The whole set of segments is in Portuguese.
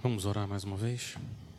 Vamos orar mais uma vez?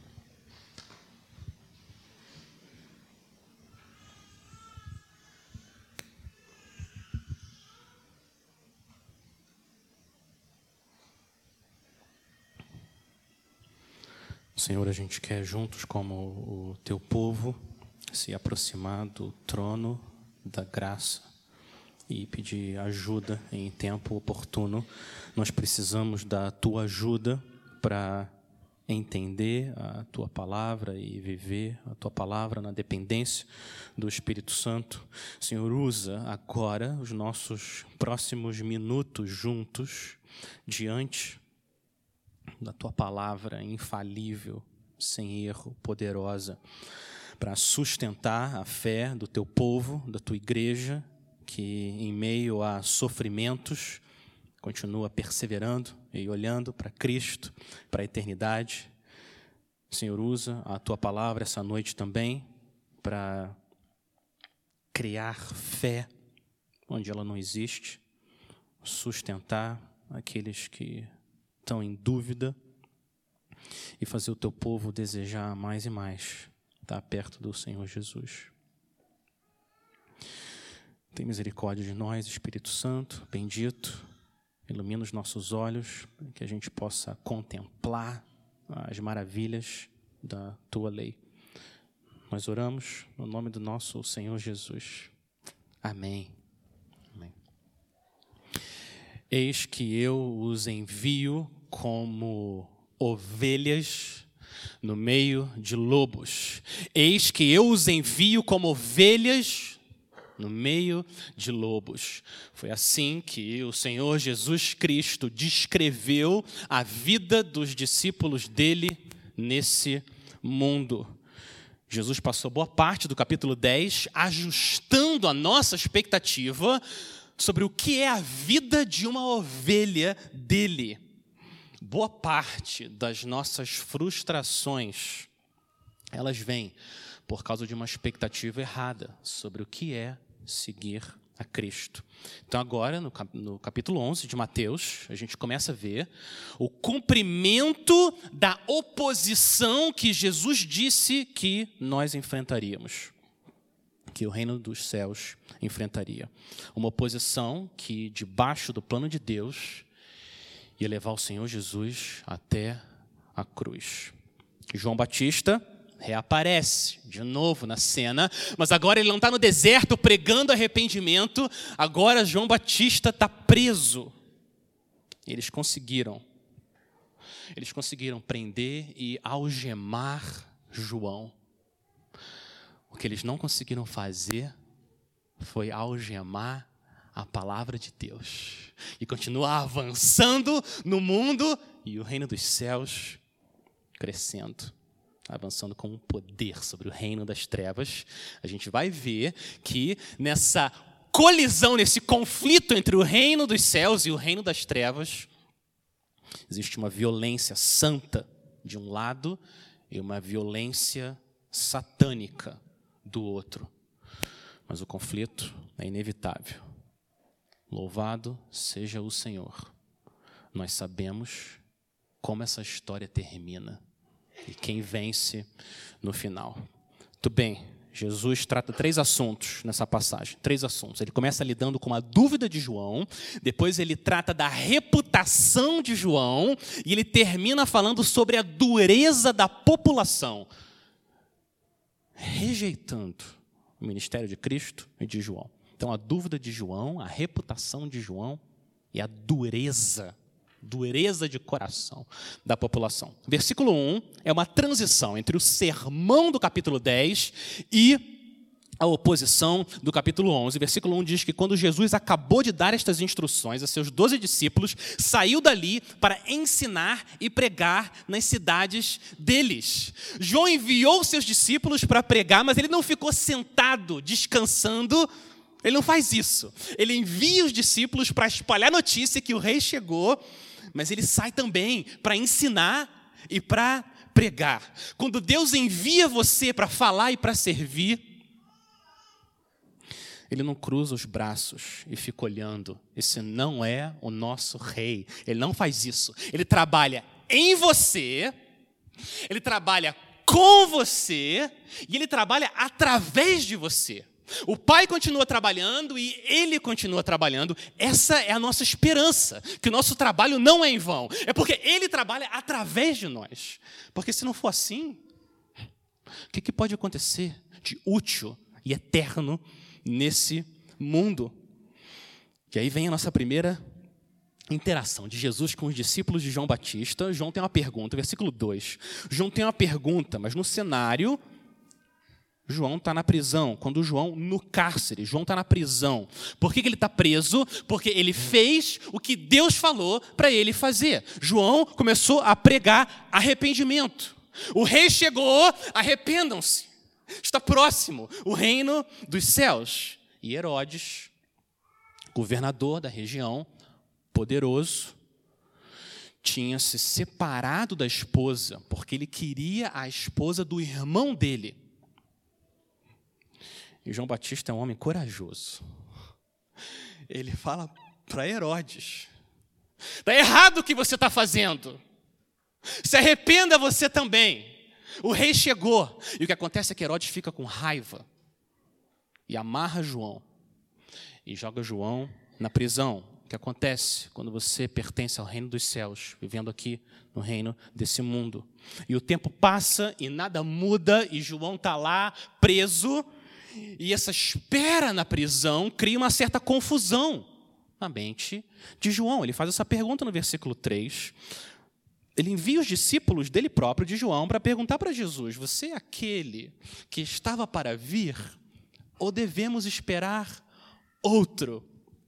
Senhor, a gente quer juntos, como o teu povo, se aproximar do trono da graça e pedir ajuda em tempo oportuno. Nós precisamos da tua ajuda para entender a tua palavra e viver a tua palavra na dependência do Espírito Santo. Senhor, usa agora os nossos próximos minutos juntos diante da tua palavra infalível, sem erro, poderosa, para sustentar a fé do teu povo, da tua igreja, que em meio a sofrimentos continua perseverando e olhando para Cristo, para a eternidade. Senhor, usa a tua palavra essa noite também para criar fé onde ela não existe, sustentar aqueles que estão em dúvida e fazer o teu povo desejar mais e mais estar perto do Senhor Jesus. Tem misericórdia de nós, Espírito Santo, bendito. Ilumina os nossos olhos, para que a gente possa contemplar as maravilhas da tua lei. Nós oramos no nome do nosso Senhor Jesus. Amém. Amém. Eis que eu os envio como ovelhas no meio de lobos. Eis que eu os envio como ovelhas no meio de lobos. Foi assim que o Senhor Jesus Cristo descreveu a vida dos discípulos dele nesse mundo. Jesus passou boa parte do capítulo 10 ajustando a nossa expectativa sobre o que é a vida de uma ovelha dele. Boa parte das nossas frustrações, elas vêm por causa de uma expectativa errada sobre o que é seguir a Cristo. Então agora, no capítulo 11 de Mateus, a gente começa a ver o cumprimento da oposição que Jesus disse que nós enfrentaríamos, que o reino dos céus enfrentaria. Uma oposição que, debaixo do plano de Deus, ia levar o Senhor Jesus até a cruz. João Batista reaparece de novo na cena, mas agora ele não está no deserto pregando arrependimento, agora João Batista está preso. Eles conseguiram prender e algemar João. O que eles não conseguiram fazer foi algemar a palavra de Deus e continuar avançando no mundo e o reino dos céus crescendo, avançando com um poder sobre o reino das trevas. A gente vai ver que nessa colisão, nesse conflito entre o reino dos céus e o reino das trevas, existe uma violência santa de um lado e uma violência satânica do outro. Mas o conflito é inevitável. Louvado seja o Senhor. Nós sabemos como essa história termina e quem vence no final. Muito bem, Jesus trata 3 assuntos nessa passagem. 3 assuntos. Ele começa lidando com a dúvida de João, depois ele trata da reputação de João e ele termina falando sobre a dureza da população, rejeitando o ministério de Cristo e de João. Então, a dúvida de João, a reputação de João e a dureza de coração da população. Versículo 1 é uma transição entre o sermão do capítulo 10 e a oposição do capítulo 11. Versículo 1 diz que quando Jesus acabou de dar estas instruções a seus 12 discípulos, saiu dali para ensinar e pregar nas cidades deles. João enviou seus discípulos para pregar, mas ele não ficou sentado, descansando. Ele não faz isso. Ele envia os discípulos para espalhar a notícia que o rei chegou, mas ele sai também para ensinar e para pregar. Quando Deus envia você para falar e para servir, ele não cruza os braços e fica olhando. Esse não é o nosso rei. Ele não faz isso. Ele trabalha em você, ele trabalha com você e ele trabalha através de você. O Pai continua trabalhando e ele continua trabalhando. Essa é a nossa esperança, que o nosso trabalho não é em vão. É porque ele trabalha através de nós. Porque se não for assim, o que pode acontecer de útil e eterno nesse mundo? E aí vem a nossa primeira interação de Jesus com os discípulos de João Batista. João tem uma pergunta, versículo 2. João tem uma pergunta, mas no cenário, João está na prisão. Quando João, no cárcere, João está na prisão. Por que ele está preso? Porque ele fez o que Deus falou para ele fazer. João começou a pregar arrependimento. O rei chegou, arrependam-se. Está próximo o reino dos céus. E Herodes, governador da região, poderoso, tinha se separado da esposa, porque ele queria a esposa do irmão dele. E João Batista é um homem corajoso. Ele fala para Herodes: está errado o que você está fazendo. Se arrependa você também. O rei chegou. E o que acontece é que Herodes fica com raiva e amarra João e joga João na prisão. O que acontece quando você pertence ao reino dos céus, vivendo aqui no reino desse mundo. E o tempo passa e nada muda, e João está lá preso, e essa espera na prisão cria uma certa confusão na mente de João. Ele faz essa pergunta no versículo 3. Ele envia os discípulos dele próprio, de João, para perguntar para Jesus: você é aquele que estava para vir, ou devemos esperar outro?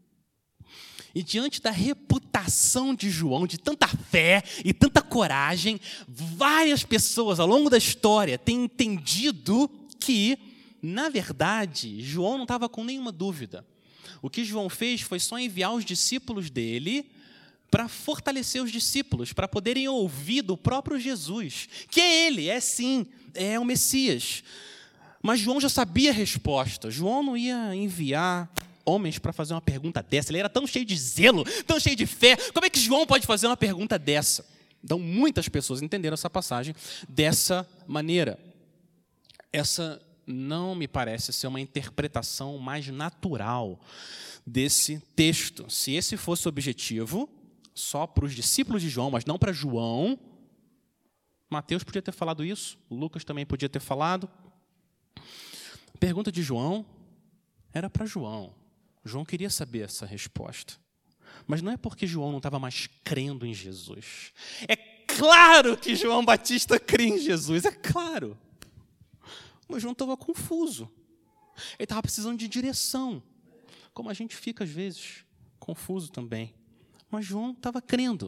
E diante da reputação de João, de tanta fé e tanta coragem, várias pessoas ao longo da história têm entendido que, na verdade, João não estava com nenhuma dúvida. O que João fez foi só enviar os discípulos dele para fortalecer os discípulos, para poderem ouvir do próprio Jesus, que é ele, é sim, é o Messias. Mas João já sabia a resposta. João não ia enviar homens para fazer uma pergunta dessa. Ele era tão cheio de zelo, tão cheio de fé. Como é que João pode fazer uma pergunta dessa? Então, muitas pessoas entenderam essa passagem dessa maneira. Essa não me parece ser uma interpretação mais natural desse texto. Se esse fosse o objetivo, só para os discípulos de João, mas não para João, Mateus podia ter falado isso, Lucas também podia ter falado. A pergunta de João era para João. João queria saber essa resposta. Mas não é porque João não estava mais crendo em Jesus. É claro que João Batista crê em Jesus, é claro. Mas João estava confuso. Ele estava precisando de direção. Como a gente fica, às vezes, confuso também. Mas João estava crendo.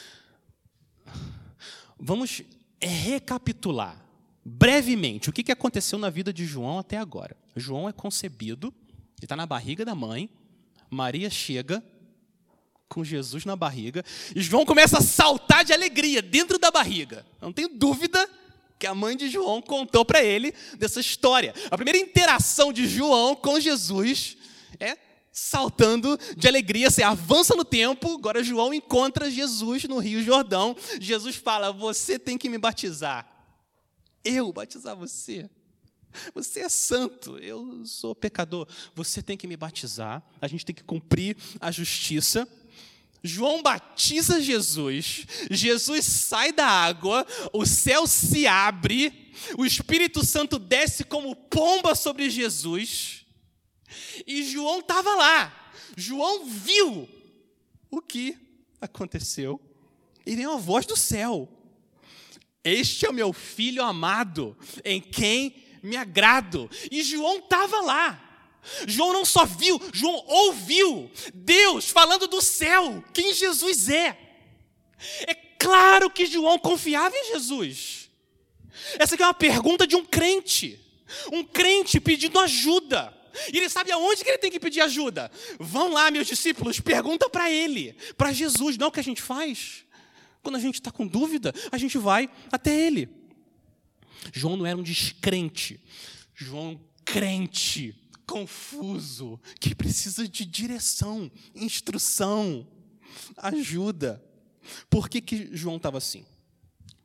Vamos recapitular brevemente o que aconteceu na vida de João até agora. João é concebido, ele está na barriga da mãe, Maria chega com Jesus na barriga, e João começa a saltar de alegria dentro da barriga. Não tenho dúvida que a mãe de João contou para ele dessa história. A primeira interação de João com Jesus é saltando de alegria. Você avança no tempo, agora João encontra Jesus no Rio Jordão. Jesus fala: você tem que me batizar. Eu batizar você? Você é santo, eu sou pecador. Você tem que me batizar, a gente tem que cumprir a justiça. João batiza Jesus, Jesus sai da água, o céu se abre, o Espírito Santo desce como pomba sobre Jesus, e João estava lá. João viu o que aconteceu, e vem uma voz do céu: este é o meu filho amado, em quem me agrado. E João estava lá. João não só viu, João ouviu Deus falando do céu, quem Jesus é. É claro que João confiava em Jesus. Essa aqui é uma pergunta de um crente pedindo ajuda. E ele sabe aonde que ele tem que pedir ajuda. Vão lá, meus discípulos, pergunta para ele, para Jesus. Não é o que a gente faz. Quando a gente está com dúvida, a gente vai até ele. João não era um descrente. João crente, confuso, que precisa de direção, instrução, ajuda. Por que João estava assim?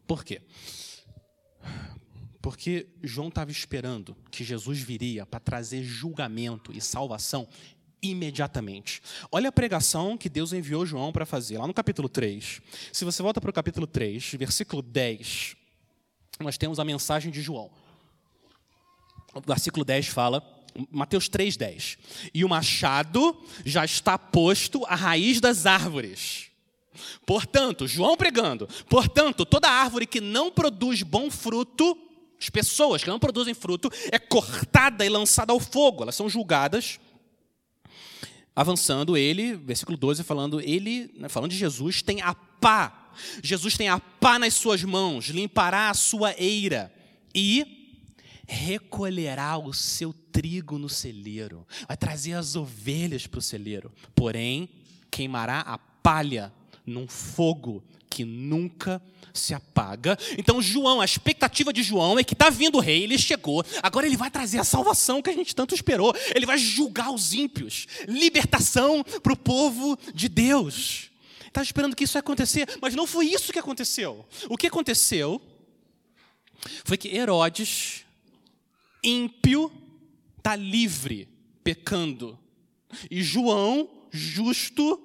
Por quê? Porque João estava esperando que Jesus viria para trazer julgamento e salvação imediatamente. Olha a pregação que Deus enviou João para fazer, lá no capítulo 3. Se você volta para o capítulo 3, versículo 10, nós temos a mensagem de João. O versículo 10 fala, Mateus 3:10. E o machado já está posto à raiz das árvores. Portanto, João pregando, portanto, toda árvore que não produz bom fruto, as pessoas que não produzem fruto, é cortada e lançada ao fogo. Elas são julgadas. Avançando, ele, versículo 12, falando de Jesus, tem a pá. Jesus tem a pá nas suas mãos, limpará a sua eira e recolherá o seu trigo no celeiro. Vai trazer as ovelhas para o celeiro. Porém, queimará a palha num fogo que nunca se apaga. Então João, a expectativa de João é que está vindo o rei, ele chegou, agora ele vai trazer a salvação que a gente tanto esperou. Ele vai julgar os ímpios, libertação para o povo de Deus. Estava esperando que isso ia acontecer, mas não foi isso que aconteceu. O que aconteceu foi que Herodes, ímpio, está livre, pecando. E João, justo,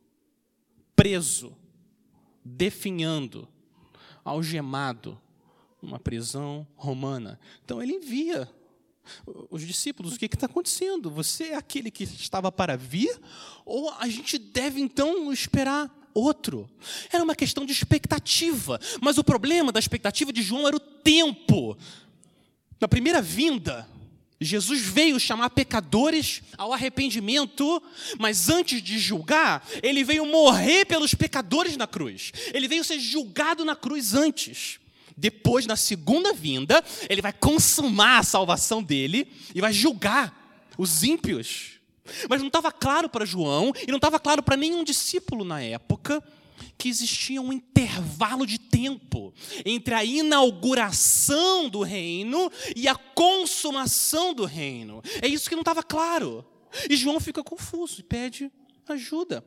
preso, definhando, algemado, numa prisão romana. Então ele envia os discípulos, o que está acontecendo? Você é aquele que estava para vir? Ou a gente deve então esperar outro? Era uma questão de expectativa, mas o problema da expectativa de João era o tempo. Na primeira vinda, Jesus veio chamar pecadores ao arrependimento, mas antes de julgar, ele veio morrer pelos pecadores na cruz. Ele veio ser julgado na cruz antes. Depois, na segunda vinda, ele vai consumar a salvação dele e vai julgar os ímpios. Mas não estava claro para João e não estava claro para nenhum discípulo na época que existia um intervalo de tempo entre a inauguração do reino e a consumação do reino. É isso que não estava claro. E João fica confuso e pede ajuda.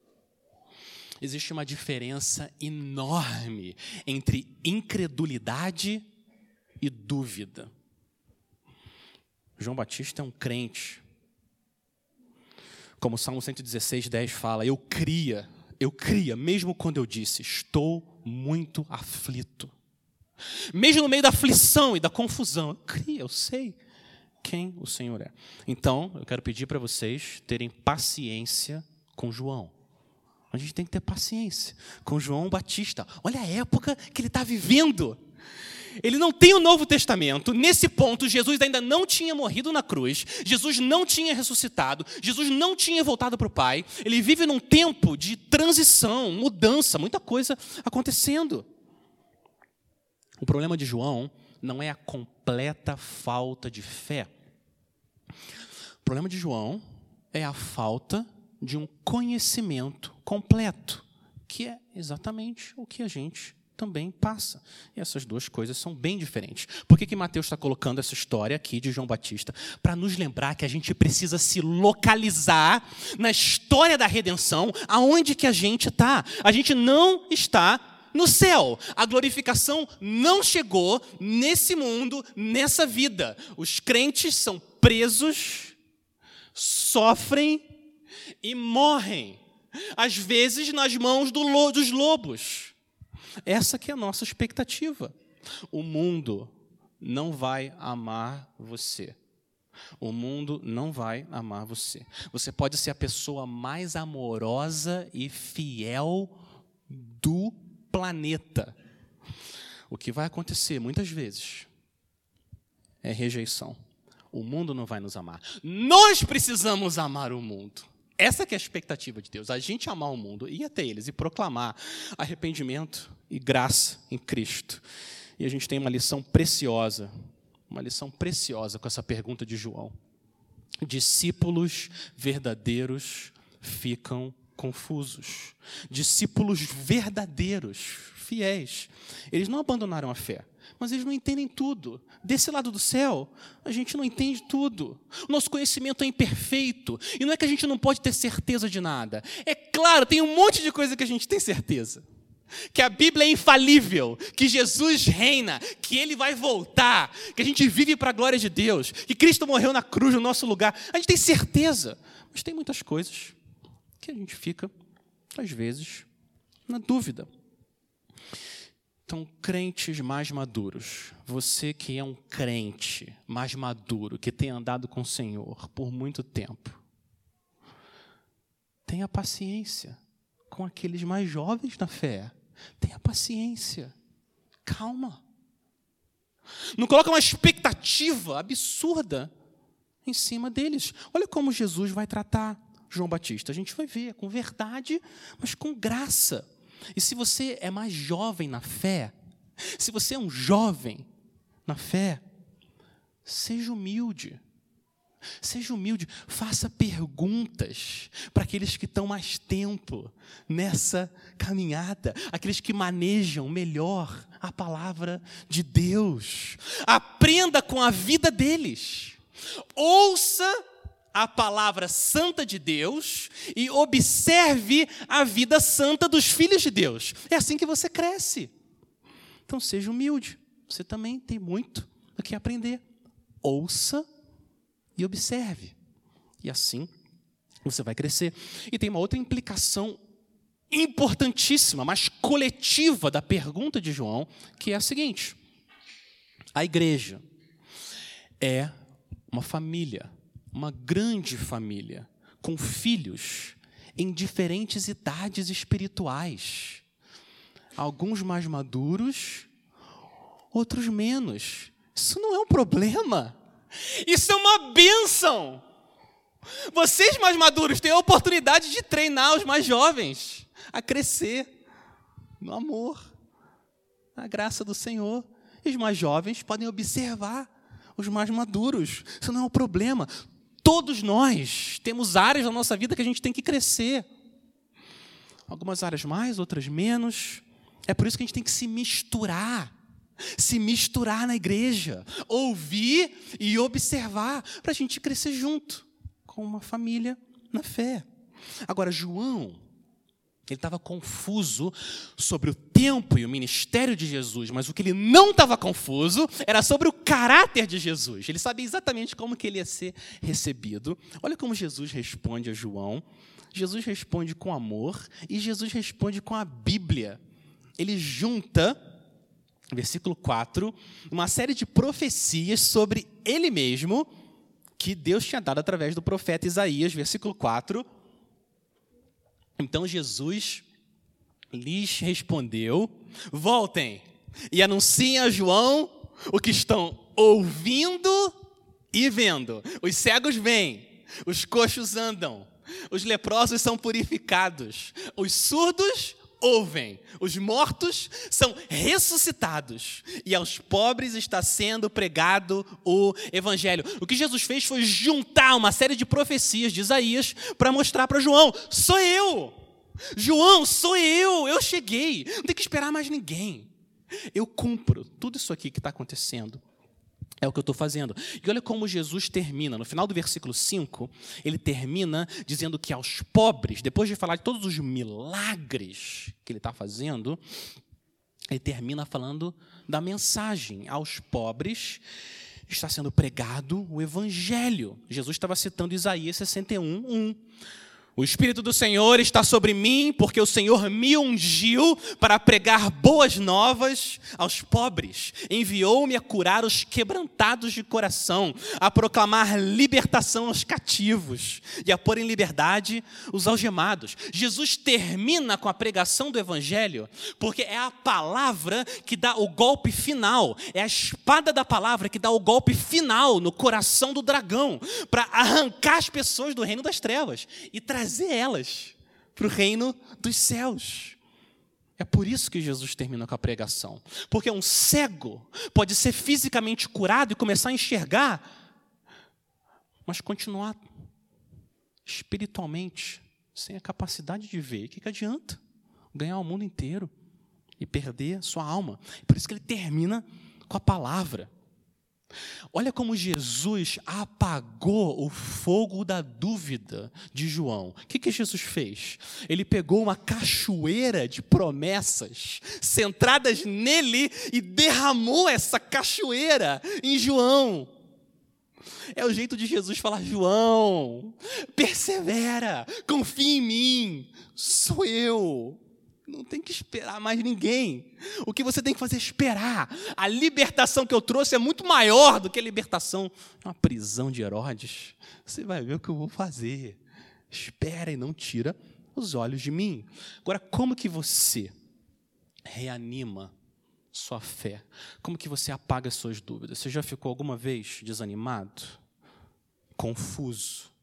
Existe uma diferença enorme entre incredulidade e dúvida. João Batista é um crente. Como o Salmo 116:10 fala, eu cria, mesmo quando eu disse, estou muito aflito. Mesmo no meio da aflição e da confusão, eu cria, eu sei quem o Senhor é. Então, eu quero pedir para vocês terem paciência com João. A gente tem que ter paciência com João Batista. Olha a época que ele está vivendo. Ele não tem o Novo Testamento. Nesse ponto, Jesus ainda não tinha morrido na cruz. Jesus não tinha ressuscitado. Jesus não tinha voltado para o Pai. Ele vive num tempo de transição, mudança, muita coisa acontecendo. O problema de João não é a completa falta de fé. O problema de João é a falta de um conhecimento completo, que é exatamente o que a gente também passa. E essas duas coisas são bem diferentes. Por que Mateus está colocando essa história aqui de João Batista? Para nos lembrar que a gente precisa se localizar na história da redenção, aonde que a gente está. A gente não está no céu. A glorificação não chegou nesse mundo, nessa vida. Os crentes são presos, sofrem e morrem, às vezes nas mãos dos lobos. Essa que é a nossa expectativa. O mundo não vai amar você. O mundo não vai amar você. Você pode ser a pessoa mais amorosa e fiel do planeta. O que vai acontecer muitas vezes é rejeição. O mundo não vai nos amar. Nós precisamos amar o mundo. Essa que é a expectativa de Deus, a gente amar o mundo, ir até eles e proclamar arrependimento e graça em Cristo. E a gente tem uma lição preciosa com essa pergunta de João. Discípulos verdadeiros ficam confusos. Discípulos verdadeiros, fiéis, eles não abandonaram a fé, mas eles não entendem tudo. Desse lado do céu, a gente não entende tudo. O nosso conhecimento é imperfeito. E não é que a gente não pode ter certeza de nada. É claro, tem um monte de coisa que a gente tem certeza. que a Bíblia é infalível, que Jesus reina, que Ele vai voltar, que a gente vive para a glória de Deus, que Cristo morreu na cruz no nosso lugar. A gente tem certeza, mas tem muitas coisas que a gente fica, às vezes, na dúvida. Então, crentes mais maduros, você que é um crente mais maduro, que tem andado com o Senhor por muito tempo, tenha paciência com aqueles mais jovens na fé. Tenha paciência. Calma. Não coloca uma expectativa absurda em cima deles. Olha como Jesus vai tratar João Batista. A gente vai ver com verdade, mas com graça. E se você é mais jovem na fé, se você é um jovem na fé, seja humilde. Seja humilde, faça perguntas para aqueles que estão mais tempo nessa caminhada, aqueles que manejam melhor a palavra de Deus. Aprenda com a vida deles. Ouça a palavra santa de Deus e observe a vida santa dos filhos de Deus. É assim que você cresce. Então seja humilde. Você também tem muito o que aprender. Ouça e observe. E assim você vai crescer. E tem uma outra implicação importantíssima, mas coletiva da pergunta de João, que é a seguinte: a igreja é uma família, uma grande família, com filhos em diferentes idades espirituais. Alguns mais maduros, outros menos. Isso não é um problema. Isso é uma bênção. Vocês mais maduros têm a oportunidade de treinar os mais jovens a crescer no amor, na graça do Senhor. E os mais jovens podem observar os mais maduros. Isso não é um problema. Todos nós temos áreas da nossa vida que a gente tem que crescer. Algumas áreas mais, outras menos. É por isso que a gente tem que se misturar na igreja, ouvir e observar, para a gente crescer junto, com uma família na fé. Agora, João, ele estava confuso sobre o tempo e o ministério de Jesus, mas o que ele não estava confuso era sobre o caráter de Jesus. Ele sabia exatamente como que ele ia ser recebido. Olha como Jesus responde a João. Jesus responde com amor e Jesus responde com a Bíblia. Ele junta, versículo 4, uma série de profecias sobre ele mesmo, que Deus tinha dado através do profeta Isaías, versículo 4. Então Jesus lhes respondeu: voltem e anunciem a João o que estão ouvindo e vendo. Os cegos veem, os coxos andam, os leprosos são purificados, os surdos ouvem, os mortos são ressuscitados e aos pobres está sendo pregado o evangelho. O que Jesus fez foi juntar uma série de profecias de Isaías para mostrar para João: sou eu, João, sou eu cheguei, não tem que esperar mais ninguém, eu cumpro tudo isso aqui que está acontecendo. É o que eu estou fazendo. E olha como Jesus termina. No final do versículo 5, ele termina dizendo que aos pobres, depois de falar de todos os milagres que ele está fazendo, ele termina falando da mensagem. Aos pobres está sendo pregado o evangelho. Jesus estava citando Isaías 61:1. O Espírito do Senhor está sobre mim, porque o Senhor me ungiu para pregar boas novas aos pobres. Enviou-me a curar os quebrantados de coração, a proclamar libertação aos cativos e a pôr em liberdade os algemados. Jesus termina com a pregação do Evangelho, porque é a palavra que dá o golpe final, é a espada da palavra que dá o golpe final no coração do dragão, para arrancar as pessoas do reino das trevas e trazer elas para o reino dos céus. É por isso que Jesus termina com a pregação. Porque um cego pode ser fisicamente curado e começar a enxergar, mas continuar espiritualmente sem a capacidade de ver. O que adianta ganhar o mundo inteiro e perder sua alma? Por isso que ele termina com a palavra. Olha como Jesus apagou o fogo da dúvida de João. O que Jesus fez? Ele pegou uma cachoeira de promessas centradas nele e derramou essa cachoeira em João. É o jeito de Jesus falar: João, persevera, confia em mim, sou eu. Não tem que esperar mais ninguém. O que você tem que fazer é esperar. A libertação que eu trouxe é muito maior do que a libertação de uma prisão de Herodes. Você vai ver o que eu vou fazer. Espera e não tira os olhos de mim. Agora, como que você reanima sua fé? Como que você apaga as suas dúvidas? Você já ficou alguma vez desanimado? Confuso?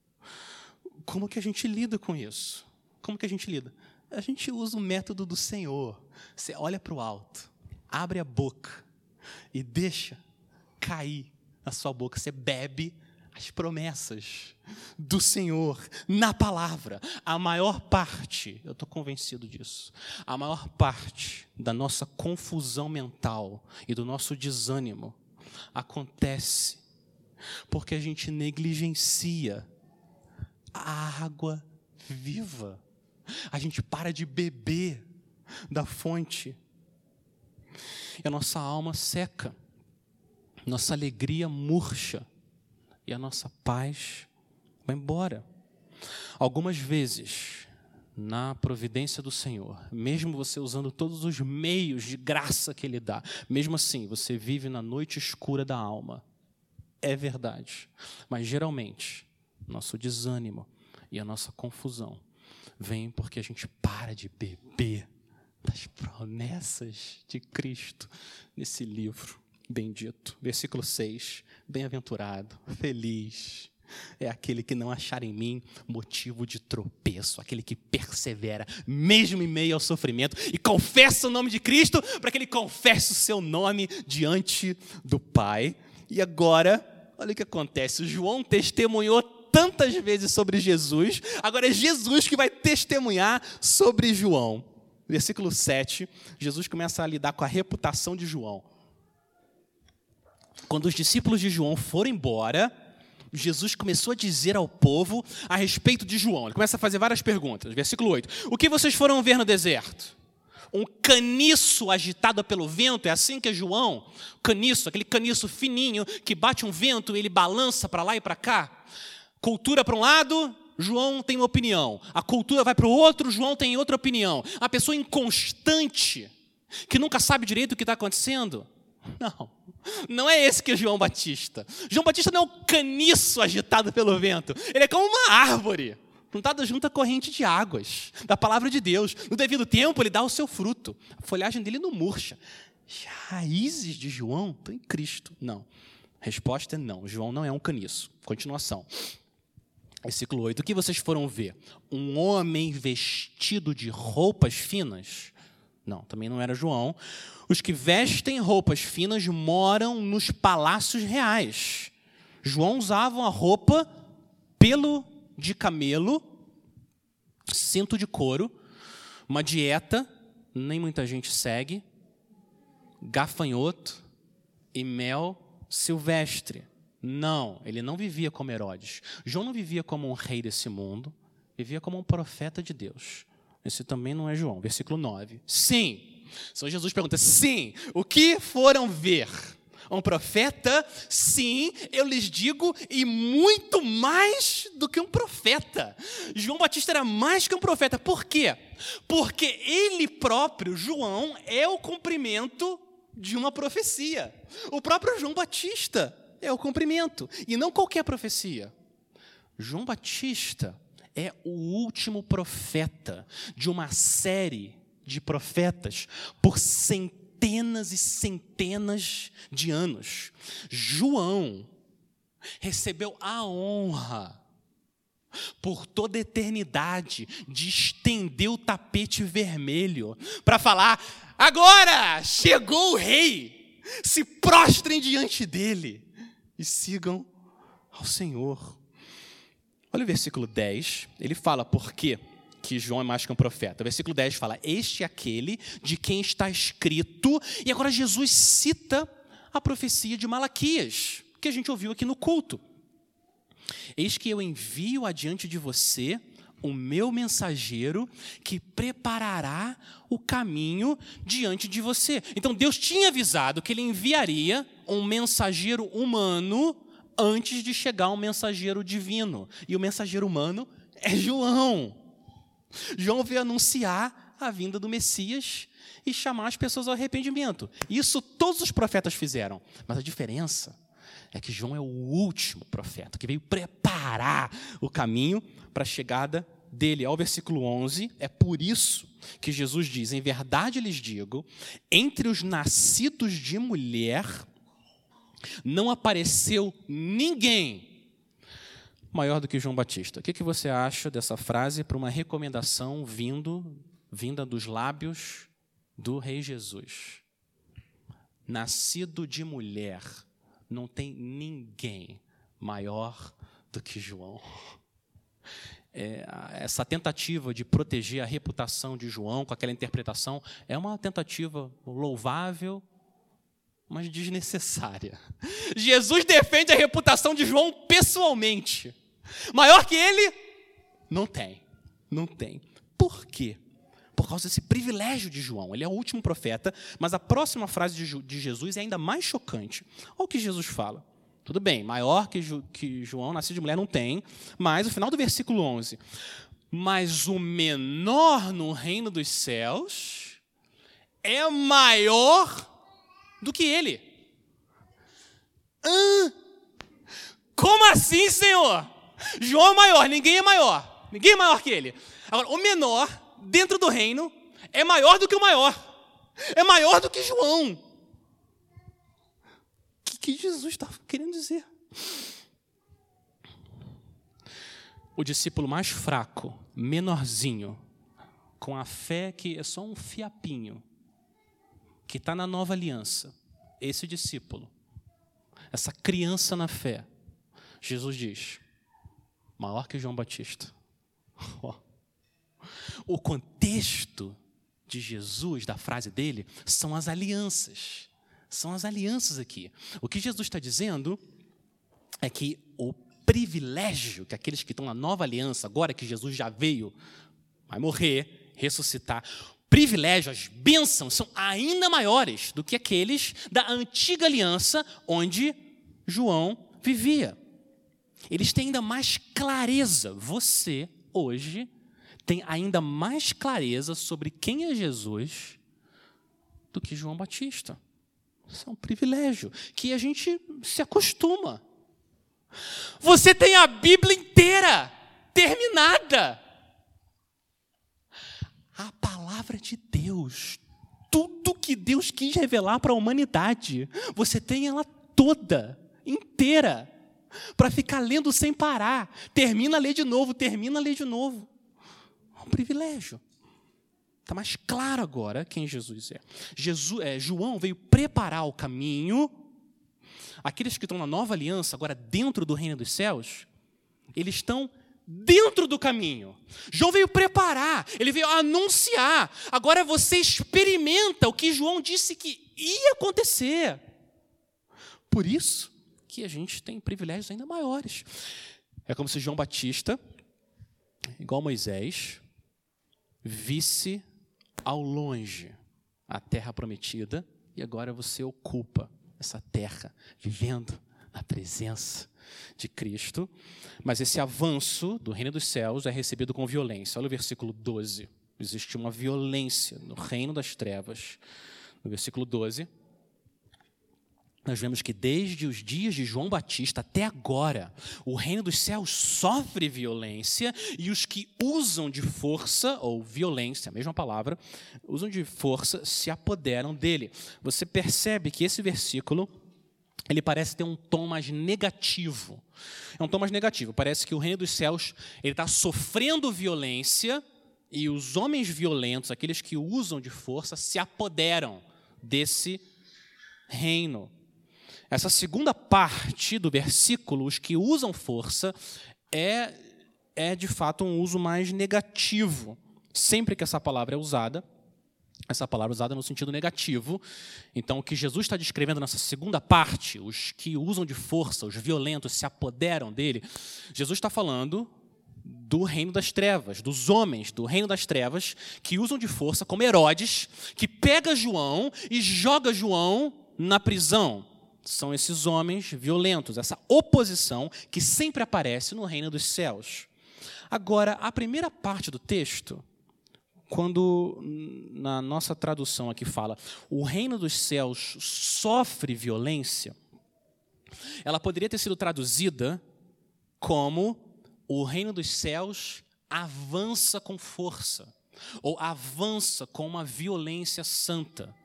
Como que a gente lida com isso? Como que a gente lida? A gente usa o método do Senhor. Você olha para o alto, abre a boca e deixa cair na sua boca. Você bebe as promessas do Senhor na palavra. A maior parte, eu estou convencido disso, a maior parte da nossa confusão mental e do nosso desânimo acontece porque a gente negligencia a água viva. A gente para de beber da fonte. E a nossa alma seca. Nossa alegria murcha. E a nossa paz vai embora. Algumas vezes, na providência do Senhor, mesmo você usando todos os meios de graça que Ele dá, mesmo assim, você vive na noite escura da alma. É verdade. Mas, geralmente, nosso desânimo e a nossa confusão vem porque a gente para de beber das promessas de Cristo nesse livro bendito. Versículo 6, bem-aventurado, feliz é aquele que não achar em mim motivo de tropeço, aquele que persevera, mesmo em meio ao sofrimento, e confessa o nome de Cristo, para que ele confesse o seu nome diante do Pai. E agora, olha o que acontece, o João testemunhou tantas vezes sobre Jesus, agora é Jesus que vai testemunhar sobre João. Versículo 7, Jesus começa a lidar com a reputação de João. Quando os discípulos de João foram embora, Jesus começou a dizer ao povo a respeito de João. Ele começa a fazer várias perguntas. Versículo 8, o que vocês foram ver no deserto? Um caniço agitado pelo vento, é assim que é João? Caniço, aquele caniço fininho que bate um vento e ele balança para lá e para cá. Cultura para um lado, João tem uma opinião. A cultura vai para o outro, João tem outra opinião. A pessoa inconstante, que nunca sabe direito o que está acontecendo. Não é esse que é João Batista. João Batista não é um caniço agitado pelo vento. Ele é como uma árvore, plantada junto à corrente de águas, da palavra de Deus. No devido tempo, ele dá o seu fruto. A folhagem dele não murcha. As raízes de João estão em Cristo. Não. A resposta é não. João não é um caniço. Continuação. Versículo 8, o que vocês foram ver? Um homem vestido de roupas finas? Não, também não era João. Os que vestem roupas finas moram nos palácios reais. João usava uma roupa, pelo de camelo, cinto de couro, uma dieta, nem muita gente segue, gafanhoto e mel silvestre. Não, ele não vivia como Herodes. João não vivia como um rei desse mundo, vivia como um profeta de Deus. Esse também não é João. Versículo 9. Sim. Então Jesus pergunta, sim, o que foram ver? Um profeta? Sim, eu lhes digo, e muito mais do que um profeta. João Batista era mais que um profeta. Por quê? Porque ele próprio, João, é o cumprimento de uma profecia. O próprio João Batista é o cumprimento, e não qualquer profecia. João Batista é o último profeta de uma série de profetas por centenas e centenas de anos. João recebeu a honra por toda a eternidade de estender o tapete vermelho para falar, agora chegou o rei, se prostrem diante dele e sigam ao Senhor. Olha o versículo 10, ele fala por quê que João é mais que um profeta. O versículo 10 fala, este é aquele de quem está escrito, e agora Jesus cita a profecia de Malaquias, que a gente ouviu aqui no culto. Eis que eu envio adiante de você o meu mensageiro que preparará o caminho diante de você. Então Deus tinha avisado que ele enviaria um mensageiro humano antes de chegar um mensageiro divino. E o mensageiro humano é João. João veio anunciar a vinda do Messias e chamar as pessoas ao arrependimento. Isso todos os profetas fizeram. Mas a diferença é que João é o último profeta, que veio preparar o caminho para a chegada dele. Ao versículo 11, é por isso que Jesus diz: em verdade lhes digo, entre os nascidos de mulher, não apareceu ninguém maior do que João Batista. O que você acha dessa frase para uma recomendação vinda dos lábios do Rei Jesus? Nascido de mulher, não tem ninguém maior do que João. Essa tentativa de proteger a reputação de João com aquela interpretação é uma tentativa louvável, mas desnecessária. Jesus defende a reputação de João pessoalmente. Maior que ele? Não tem. Por quê? Por causa desse privilégio de João. Ele é o último profeta, mas a próxima frase de Jesus é ainda mais chocante. Olha o que Jesus fala. Tudo bem, maior que João, nascido de mulher, não tem, mas o final do versículo 11. Mas o menor no reino dos céus é maior do que ele. Como assim, Senhor? João é maior, ninguém é maior. Ninguém é maior que ele. Agora, o menor dentro do reino é maior do que o maior. É maior do que João. O que Jesus está querendo dizer? O discípulo mais fraco, menorzinho, com a fé que é só um fiapinho, que está na nova aliança, esse discípulo, essa criança na fé, Jesus diz, maior que João Batista. O contexto de Jesus, da frase dele, são as alianças. São as alianças aqui. O que Jesus está dizendo é que o privilégio que aqueles que estão na nova aliança, agora que Jesus já veio, vai morrer, ressuscitar, privilégio, as bênçãos são ainda maiores do que aqueles da antiga aliança onde João vivia. Eles têm ainda mais clareza. Você, hoje, tem ainda mais clareza sobre quem é Jesus do que João Batista. Isso é um privilégio que a gente se acostuma. Você tem a Bíblia inteira, terminada. A palavra de Deus, tudo que Deus quis revelar para a humanidade, você tem ela toda, inteira, para ficar lendo sem parar. Termina a ler de novo, termina a ler de novo. É um privilégio. Está mais claro agora quem Jesus é. João veio preparar o caminho. Aqueles que estão na nova aliança, agora dentro do reino dos céus, eles estão dentro do caminho. João veio preparar, ele veio anunciar. Agora você experimenta o que João disse que ia acontecer. Por isso que a gente tem privilégios ainda maiores. É como se João Batista, igual Moisés, visse ao longe a terra prometida e agora você ocupa essa terra, vivendo na presença de Cristo. Mas esse avanço do reino dos céus é recebido com violência. Olha o versículo 12. Existe uma violência no reino das trevas. No versículo 12, nós vemos que desde os dias de João Batista até agora, o reino dos céus sofre violência e os que usam de força, ou violência, a mesma palavra, usam de força, se apoderam dele. Você percebe que esse versículo, ele parece ter um tom mais negativo. É um tom mais negativo. Parece que o reino dos céus está sofrendo violência e os homens violentos, aqueles que usam de força, se apoderam desse reino. Essa segunda parte do versículo, os que usam força, é de fato um uso mais negativo. Sempre que essa palavra é usada, essa palavra usada no sentido negativo. Então, o que Jesus está descrevendo nessa segunda parte, os que usam de força, os violentos, se apoderam dele, Jesus está falando do reino das trevas, dos homens do reino das trevas, que usam de força, como Herodes, que pega João e joga João na prisão. São esses homens violentos, essa oposição que sempre aparece no reino dos céus. Agora, a primeira parte do texto, quando na nossa tradução aqui fala o reino dos céus sofre violência, ela poderia ter sido traduzida como o reino dos céus avança com força, ou avança com uma violência santa.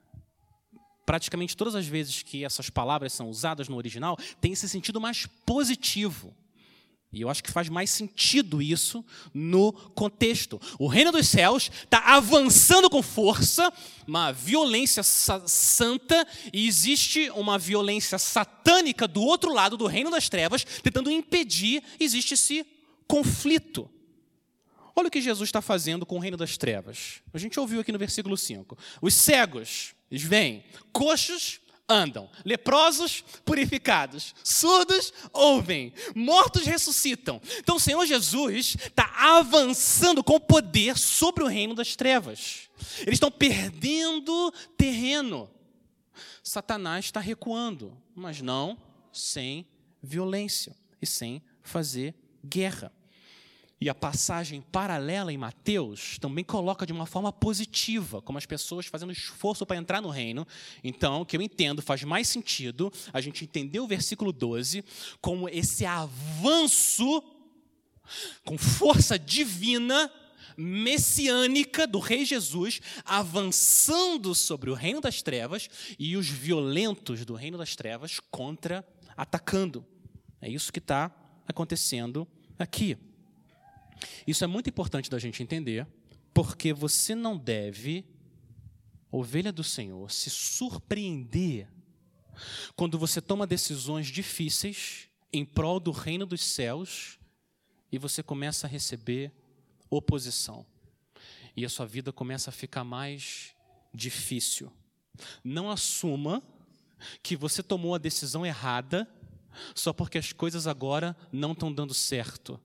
Praticamente todas as vezes que essas palavras são usadas no original, tem esse sentido mais positivo. E eu acho que faz mais sentido isso no contexto. O reino dos céus está avançando com força, uma violência santa, e existe uma violência satânica do outro lado do reino das trevas, tentando impedir, existe esse conflito. Olha o que Jesus está fazendo com o reino das trevas. A gente ouviu aqui no versículo 5. Os cegos, eles vêm, coxos andam, leprosos purificados, surdos ouvem, mortos ressuscitam. Então o Senhor Jesus está avançando com poder sobre o reino das trevas. Eles estão perdendo terreno. Satanás está recuando, mas não sem violência e sem fazer guerra. E a passagem paralela em Mateus também coloca de uma forma positiva, como as pessoas fazendo esforço para entrar no reino. Então, o que eu entendo, faz mais sentido a gente entender o versículo 12 como esse avanço com força divina, messiânica do Rei Jesus, avançando sobre o reino das trevas e os violentos do reino das trevas contra-atacando. É isso que está acontecendo aqui. Isso é muito importante da gente entender, porque você não deve, ovelha do Senhor, se surpreender quando você toma decisões difíceis em prol do reino dos céus e você começa a receber oposição. E a sua vida começa a ficar mais difícil. Não assuma que você tomou a decisão errada só porque as coisas agora não estão dando certo.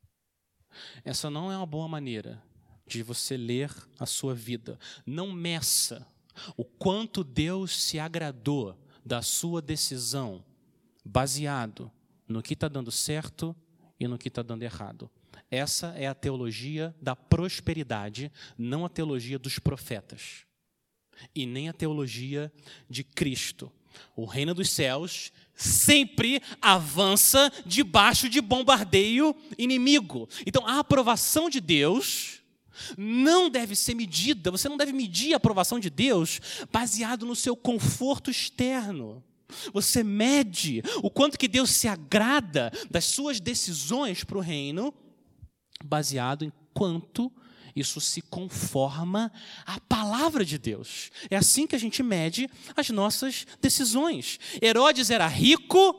Essa não é uma boa maneira de você ler a sua vida. Não meça o quanto Deus se agradou da sua decisão baseado no que está dando certo e no que está dando errado. Essa é a teologia da prosperidade, não a teologia dos profetas. E nem a teologia de Cristo. O reino dos céus sempre avança debaixo de bombardeio inimigo. Então, a aprovação de Deus não deve ser medida, você não deve medir a aprovação de Deus baseado no seu conforto externo. Você mede o quanto que Deus se agrada das suas decisões para o reino, baseado em quanto isso se conforma à palavra de Deus. É assim que a gente mede as nossas decisões. Herodes era rico,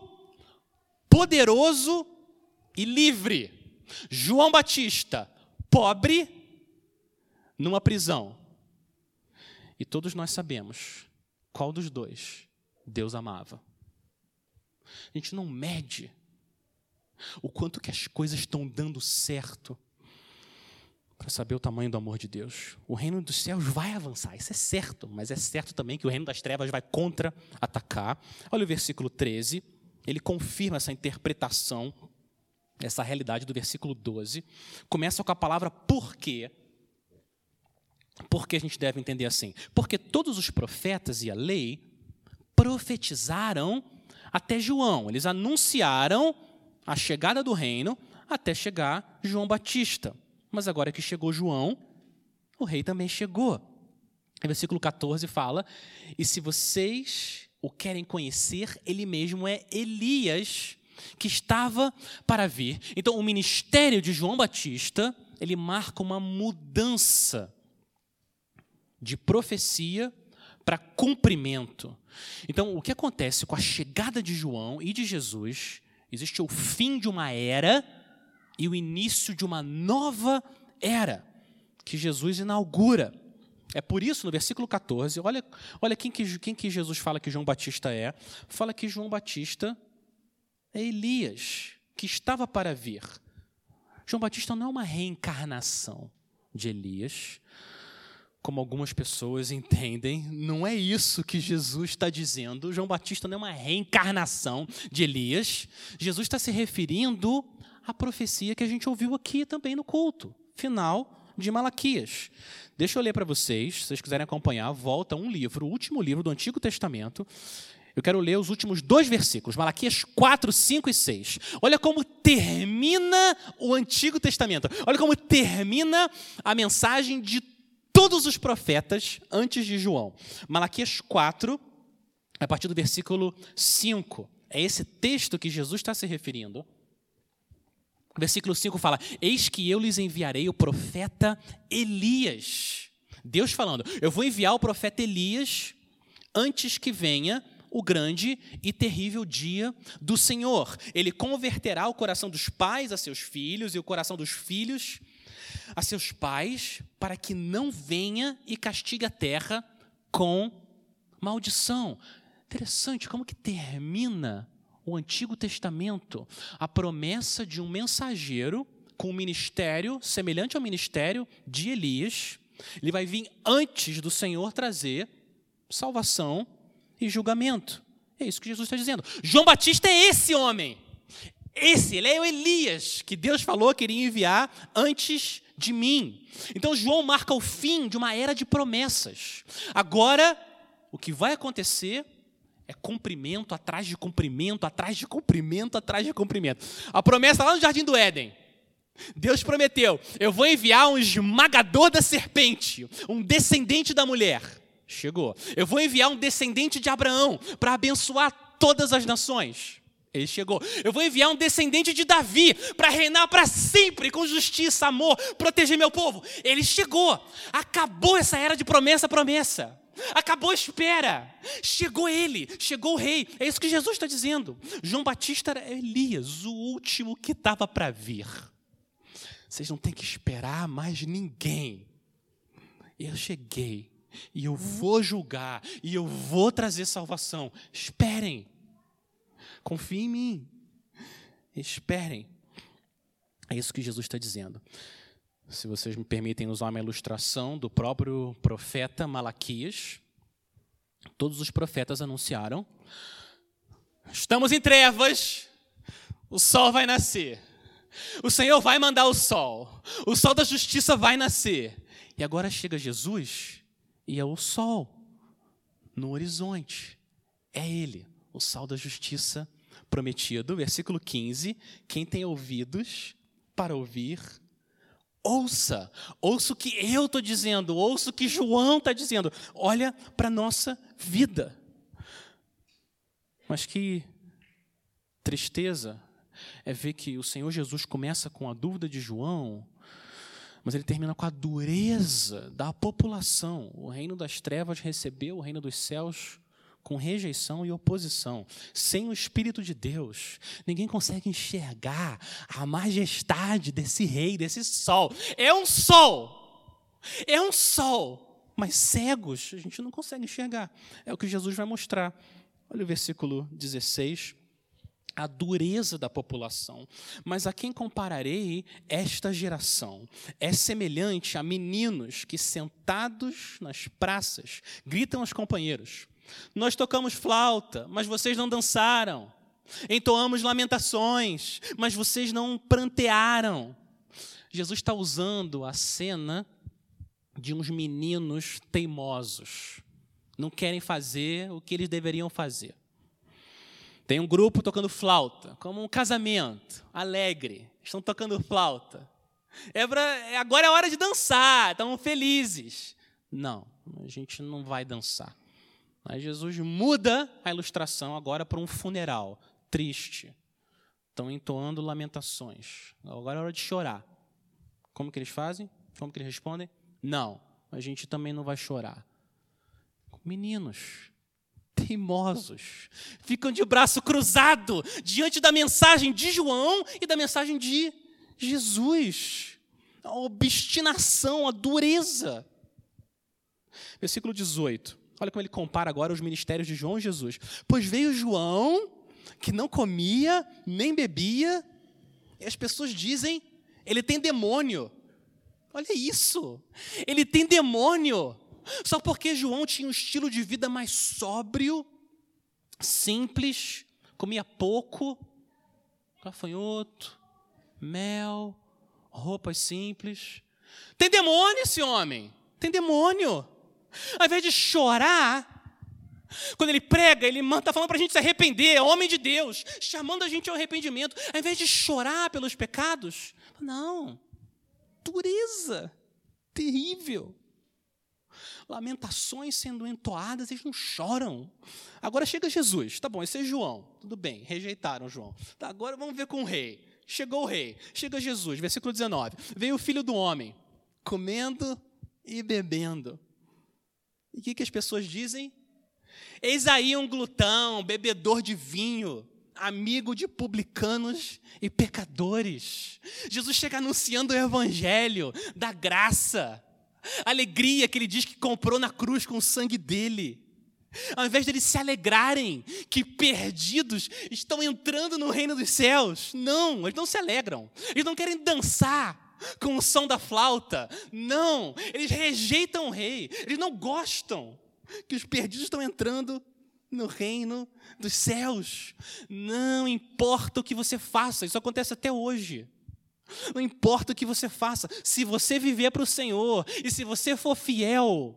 poderoso e livre. João Batista, pobre, numa prisão. E todos nós sabemos qual dos dois Deus amava. A gente não mede o quanto que as coisas estão dando certo para saber o tamanho do amor de Deus. O reino dos céus vai avançar, isso é certo, mas é certo também que o reino das trevas vai contra-atacar. Olha o versículo 13, ele confirma essa interpretação, essa realidade do versículo 12. Começa com a palavra por quê. Por que a gente deve entender assim? Porque todos os profetas e a lei profetizaram até João. Eles anunciaram a chegada do reino até chegar João Batista. Mas agora que chegou João, o rei também chegou. O versículo 14 fala, e se vocês o querem conhecer, ele mesmo é Elias, que estava para vir. Então, o ministério de João Batista, ele marca uma mudança de profecia para cumprimento. Então, o que acontece com a chegada de João e de Jesus, existe o fim de uma era e o início de uma nova era que Jesus inaugura. É por isso, no versículo 14, olha quem que Jesus fala que João Batista é. Fala que João Batista é Elias, que estava para vir. João Batista não é uma reencarnação de Elias, como algumas pessoas entendem. Não é isso que Jesus está dizendo. João Batista não é uma reencarnação de Elias. Jesus está se referindo à profecia que a gente ouviu aqui também no culto final de Malaquias. Deixa eu ler para vocês, se vocês quiserem acompanhar, volta um livro, o último livro do Antigo Testamento. Eu quero ler os últimos 2 versículos, Malaquias 4, 5 e 6. Olha como termina o Antigo Testamento. Olha como termina a mensagem de todos os profetas antes de João. Malaquias 4, a partir do versículo 5. É esse texto que Jesus está se referindo. Versículo 5 fala: eis que eu lhes enviarei o profeta Elias. Deus falando, eu vou enviar o profeta Elias antes que venha o grande e terrível dia do Senhor. Ele converterá o coração dos pais a seus filhos e o coração dos filhos a seus pais, para que não venha e castigue a terra com maldição. Interessante como que termina o Antigo Testamento, a promessa de um mensageiro com um ministério semelhante ao ministério de Elias. Ele vai vir antes do Senhor trazer salvação e julgamento. É isso que Jesus está dizendo. João Batista é esse homem. Ele é o Elias que Deus falou que iria enviar antes de mim. Então João marca o fim de uma era de promessas. Agora, o que vai acontecer é cumprimento atrás de cumprimento, atrás de cumprimento, atrás de cumprimento. A promessa lá no Jardim do Éden. Deus prometeu, eu vou enviar um esmagador da serpente, um descendente da mulher. Chegou. Eu vou enviar um descendente de Abraão para abençoar todas as nações. Ele chegou. Eu vou enviar um descendente de Davi para reinar para sempre com justiça, amor, proteger meu povo. Ele chegou. Acabou essa era de promessa. Acabou a espera. Chegou ele, chegou o rei. É isso que Jesus está dizendo. João Batista era Elias, o último que estava para vir. Vocês não têm que esperar mais ninguém. Eu cheguei e eu vou julgar e eu vou trazer salvação. Esperem. Confiem em mim. Esperem. É isso que Jesus está dizendo. Se vocês me permitem usar uma ilustração do próprio profeta Malaquias, todos os profetas anunciaram: estamos em trevas, o sol vai nascer. O Senhor vai mandar o sol da justiça vai nascer. E agora chega Jesus e é o sol no horizonte. É ele, o sol da justiça prometido. Versículo 15, quem tem ouvidos para ouvir, ouça o que eu estou dizendo, ouça o que João está dizendo. Olha para a nossa vida. Mas que tristeza é ver que o Senhor Jesus começa com a dúvida de João, mas ele termina com a dureza da população. O reino das trevas recebeu o reino dos céus com rejeição e oposição. Sem o Espírito de Deus, ninguém consegue enxergar a majestade desse rei, desse sol. É um sol, mas cegos a gente não consegue enxergar. É o que Jesus vai mostrar. Olha o versículo 16. A dureza da população. Mas a quem compararei esta geração? É semelhante a meninos que, sentados nas praças, gritam aos companheiros: nós tocamos flauta, mas vocês não dançaram. Entoamos lamentações, mas vocês não prantearam. Jesus está usando a cena de uns meninos teimosos. Não querem fazer o que eles deveriam fazer. Tem um grupo tocando flauta, como um casamento, alegre. Estão tocando flauta. Agora é hora de dançar, estão felizes. Não, a gente não vai dançar. Mas Jesus muda a ilustração agora para um funeral triste. Estão entoando lamentações. Agora é hora de chorar. Como que eles fazem? Como que eles respondem? Não, a gente também não vai chorar. Meninos teimosos, ficam de braço cruzado diante da mensagem de João e da mensagem de Jesus. A obstinação, a dureza. Versículo 18. Olha como ele compara agora os ministérios de João e Jesus. Pois veio João, que não comia, nem bebia, e as pessoas dizem, ele tem demônio. Olha isso, ele tem demônio. Só porque João tinha um estilo de vida mais sóbrio, simples, comia pouco, gafanhoto, mel, roupas simples. Tem demônio esse homem, tem demônio. Ao invés de chorar, quando ele prega, ele está falando para a gente se arrepender, é homem de Deus, chamando a gente ao arrependimento. Ao invés de chorar pelos pecados, não, dureza, terrível. Lamentações sendo entoadas, eles não choram. Agora chega Jesus, tá bom, esse é João, tudo bem, rejeitaram João. Tá, agora vamos ver com o rei. Chegou o rei, chega Jesus, versículo 19. Veio o filho do homem, comendo e bebendo. E o que as pessoas dizem? Eis aí um glutão, bebedor de vinho, amigo de publicanos e pecadores. Jesus chega anunciando o evangelho da graça, a alegria que ele diz que comprou na cruz com o sangue dele. Ao invés de eles se alegrarem que perdidos estão entrando no reino dos céus, não, eles não se alegram, eles não querem dançar com o som da flauta, não, eles rejeitam o rei, eles não gostam que os perdidos estão entrando no reino dos céus. Não importa o que você faça, isso acontece até hoje. Não importa o que você faça, se você viver para o Senhor e se você for fiel,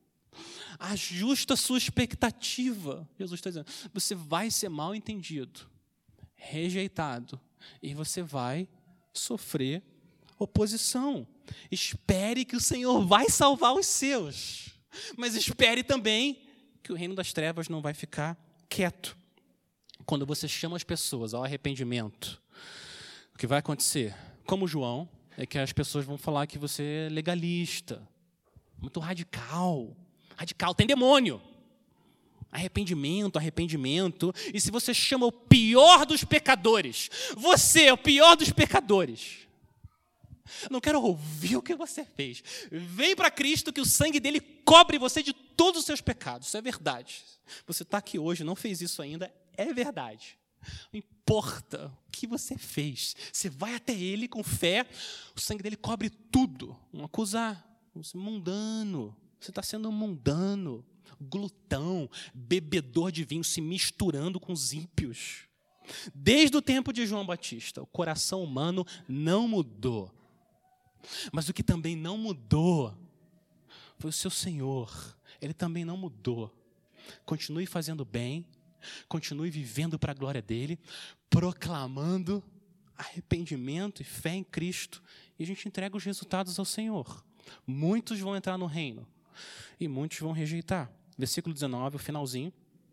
ajusta a sua expectativa. Jesus está dizendo, você vai ser mal entendido, rejeitado, e você vai sofrer oposição. Espere que o Senhor vai salvar os seus, mas espere também que o reino das trevas não vai ficar quieto. Quando você chama as pessoas ao arrependimento, o que vai acontecer, como João, é que as pessoas vão falar que você é legalista, muito radical, tem demônio. Arrependimento, e se você chama o pior dos pecadores, você é o pior dos pecadores, não quero ouvir o que você fez. Vem para Cristo que o sangue dele cobre você de todos os seus pecados. Isso é verdade. Você está aqui hoje, não fez isso ainda, é verdade. Não importa o que você fez. Você vai até ele com fé, o sangue dele cobre tudo. Não acusar, mundano. Você está sendo mundano, glutão, bebedor de vinho, se misturando com os ímpios. Desde o tempo de João Batista, o coração humano não mudou. Mas o que também não mudou foi o seu Senhor. Ele também não mudou. Continue fazendo bem, continue vivendo para a glória dele, proclamando arrependimento e fé em Cristo, e a gente entrega os resultados ao Senhor. Muitos vão entrar no reino e muitos vão rejeitar. Versículo 19, o finalzinho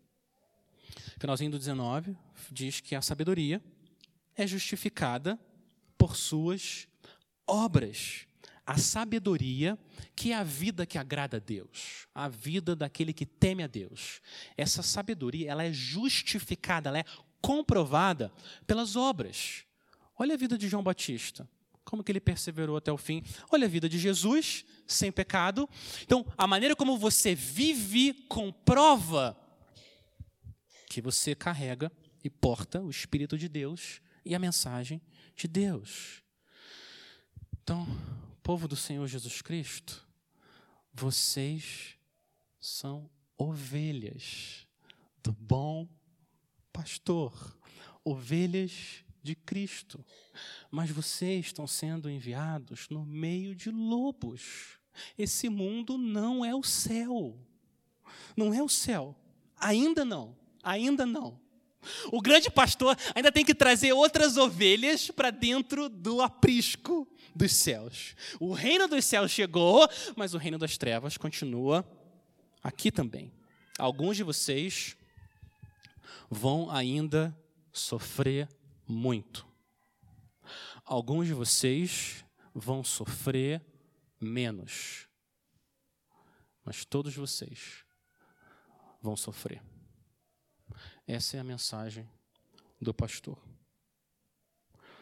do 19, diz que a sabedoria é justificada por suas obras. A sabedoria, que é a vida que agrada a Deus, a vida daquele que teme a Deus. Essa sabedoria, ela é justificada, ela é comprovada pelas obras. Olha a vida de João Batista, como que ele perseverou até o fim. Olha a vida de Jesus, sem pecado. Então, a maneira como você vive comprova que você carrega e porta o Espírito de Deus e a mensagem de Deus. Então, povo do Senhor Jesus Cristo, vocês são ovelhas do bom pastor, ovelhas de Cristo, mas vocês estão sendo enviados no meio de lobos. Esse mundo não é o céu, não é o céu, ainda não. O grande pastor ainda tem que trazer outras ovelhas para dentro do aprisco dos céus. O reino dos céus chegou, mas o reino das trevas continua aqui também. Alguns de vocês vão ainda sofrer muito. Alguns de vocês vão sofrer menos. Mas todos vocês vão sofrer. Essa é a mensagem do pastor.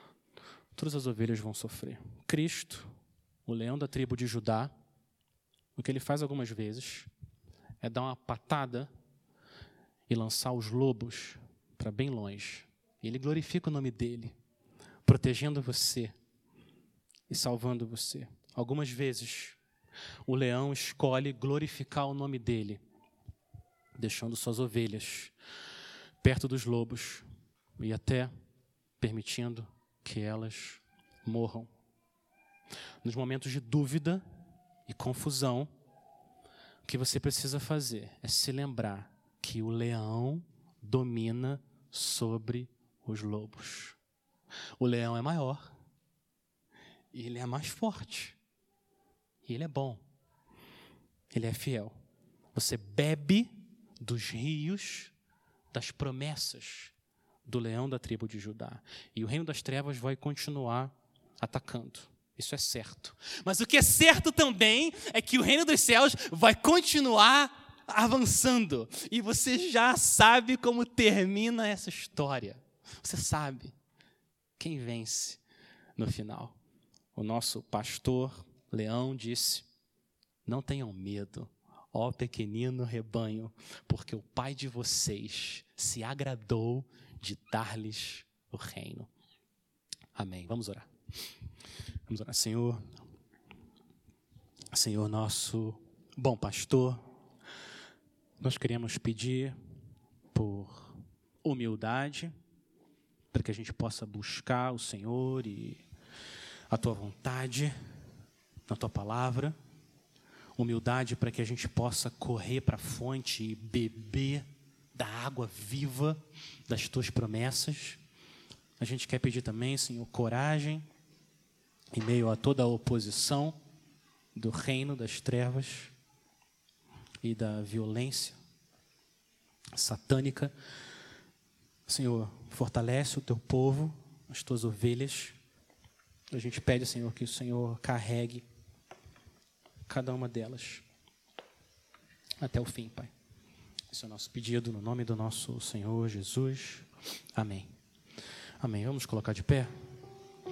Todas as ovelhas vão sofrer. Cristo, o leão da tribo de Judá, o que ele faz algumas vezes é dar uma patada e lançar os lobos para bem longe. E ele glorifica o nome dele, protegendo você e salvando você. Algumas vezes, o leão escolhe glorificar o nome dele, deixando suas ovelhas perto dos lobos e até permitindo que elas morram. Nos momentos de dúvida e confusão, o que você precisa fazer é se lembrar que o leão domina sobre os lobos. O leão é maior, e ele é mais forte, e ele é bom, ele é fiel. Você bebe dos rios das promessas do leão da tribo de Judá. E o reino das trevas vai continuar atacando. Isso é certo. Mas o que é certo também é que o reino dos céus vai continuar avançando. E você já sabe como termina essa história. Você sabe quem vence no final. O nosso pastor Leão disse: não tenham medo, ó pequenino rebanho, porque o Pai de vocês se agradou de dar-lhes o reino. Amém. Vamos orar. Vamos orar. Senhor nosso bom pastor, nós queremos pedir por humildade, para que a gente possa buscar o Senhor e a Tua vontade na Tua palavra. Humildade para que a gente possa correr para a fonte e beber da água viva das Tuas promessas. A gente quer pedir também, Senhor, coragem em meio a toda a oposição do reino das trevas e da violência satânica. Senhor, fortalece o Teu povo, as Tuas ovelhas. A gente pede, Senhor, que o Senhor carregue cada uma delas até o fim, Pai. Esse é o nosso pedido no nome do nosso Senhor Jesus. Amém. Amém. Vamos colocar de pé?